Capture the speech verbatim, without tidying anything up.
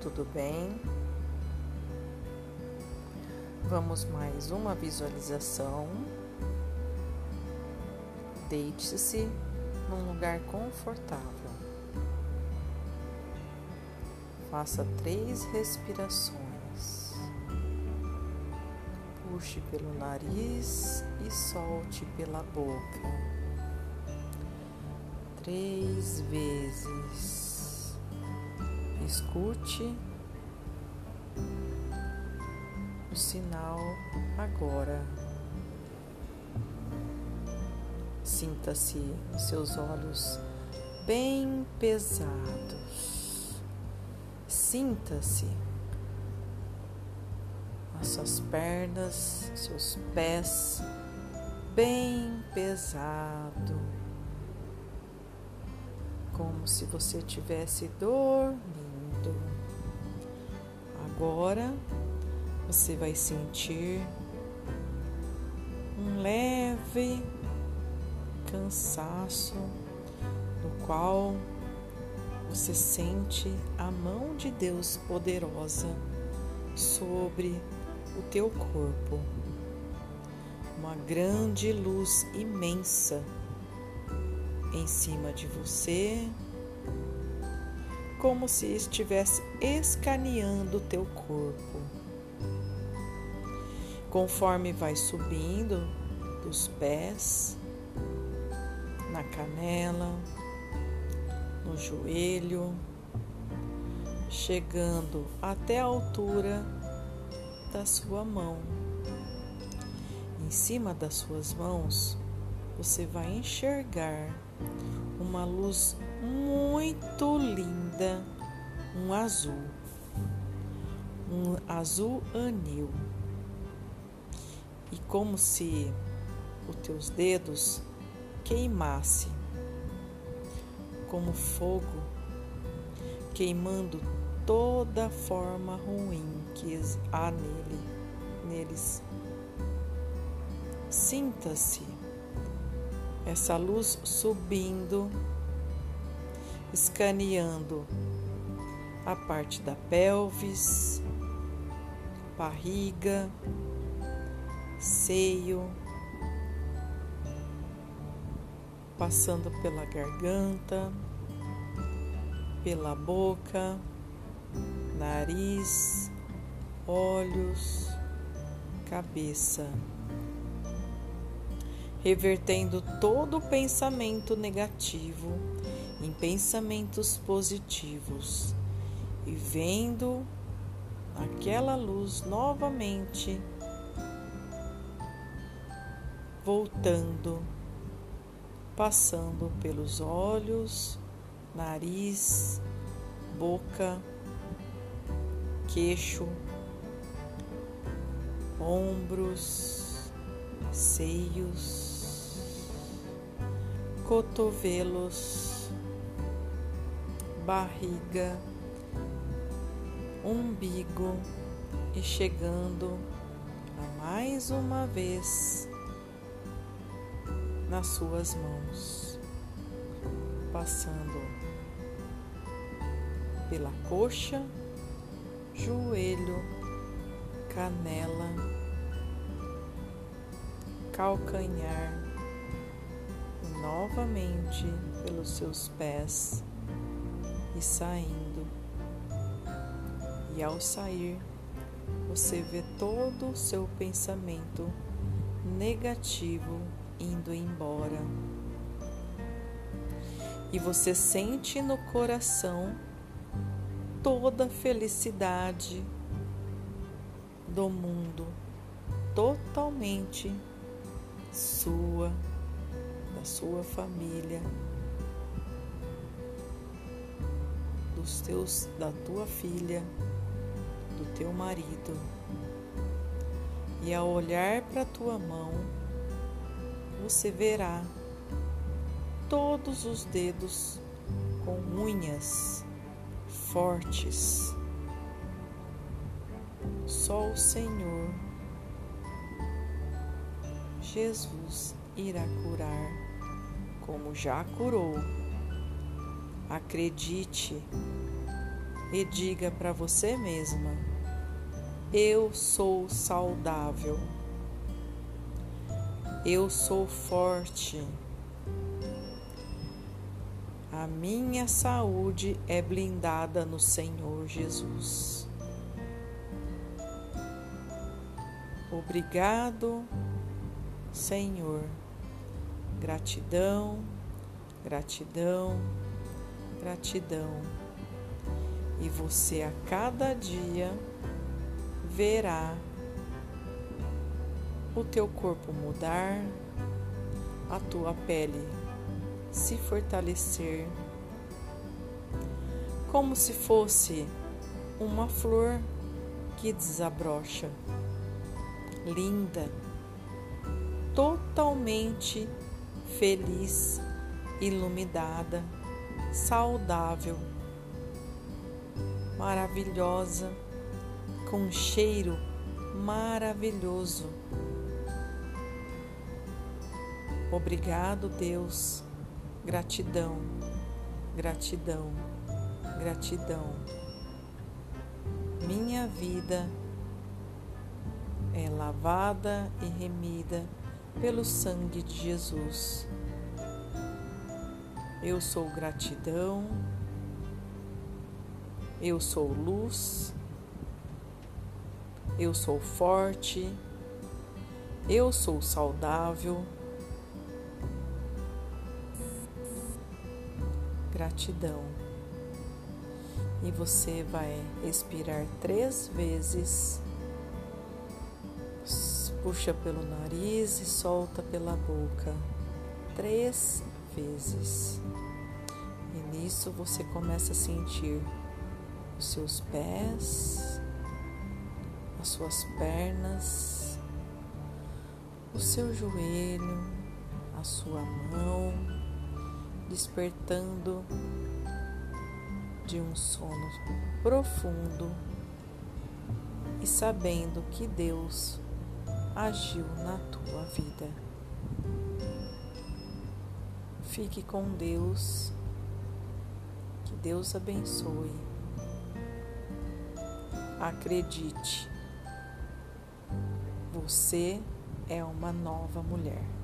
tudo bem? Vamos mais uma visualização. Deite-se num lugar confortável. Faça três respirações. Puxe pelo nariz e solte pela boca. Três vezes. Escute o sinal agora. Sinta-se os seus olhos bem pesados. Sinta-se as suas pernas, seus pés bem pesado, como se você estivesse dormindo. Agora você vai sentir um leve cansaço, no qual você sente a mão de Deus poderosa sobre o teu corpo. Uma grande luz imensa em cima de você, como se estivesse escaneando o teu corpo. Conforme vai subindo dos pés, na canela, no joelho, chegando até a altura da sua mão. Em cima das suas mãos, você vai enxergar uma luz muito linda, um azul, um azul anil. E como se os teus dedos queimassem, como fogo, queimando toda forma ruim que há nele, neles. Sinta-se essa luz subindo, escaneando a parte da pelvis, barriga, seio, passando pela garganta, pela boca, nariz, olhos, cabeça, revertendo todo o pensamento negativo em pensamentos positivos e vendo aquela luz novamente voltando, passando pelos olhos, nariz, boca, queixo, ombros, seios, cotovelos, barriga, umbigo e chegando a mais uma vez nas suas mãos, passando pela coxa, joelho, canela, calcanhar e novamente pelos seus pés e saindo. E ao sair, você vê todo o seu pensamento negativo indo embora. E você sente no coração toda a felicidade do mundo, totalmente sua, da sua família, dos teus, da tua filha, do teu marido. E ao olhar para a tua mão, você verá todos os dedos com unhas fortes. Só o Senhor Jesus irá curar, como já curou. Acredite e diga para você mesma: eu sou saudável, eu sou forte, a minha saúde é blindada no Senhor Jesus. Obrigado, Senhor. Gratidão, gratidão, gratidão. E você a cada dia verá o teu corpo mudar, a tua pele se fortalecer, como se fosse uma flor que desabrocha, linda, totalmente feliz, iluminada, saudável, maravilhosa, com um cheiro maravilhoso. Obrigado, Deus. Gratidão, gratidão, gratidão. Minha vida é lavada e remida pelo sangue de Jesus. Eu sou gratidão, eu sou luz, eu sou forte, eu sou saudável. Gratidão. E você vai respirar três vezes. Puxa pelo nariz e solta pela boca. Três vezes. E nisso você começa a sentir os seus pés, as suas pernas, o seu joelho, a sua mão, despertando de um sono profundo e sabendo que Deus agiu na tua vida. Fique com Deus, que Deus abençoe. Acredite, você é uma nova mulher.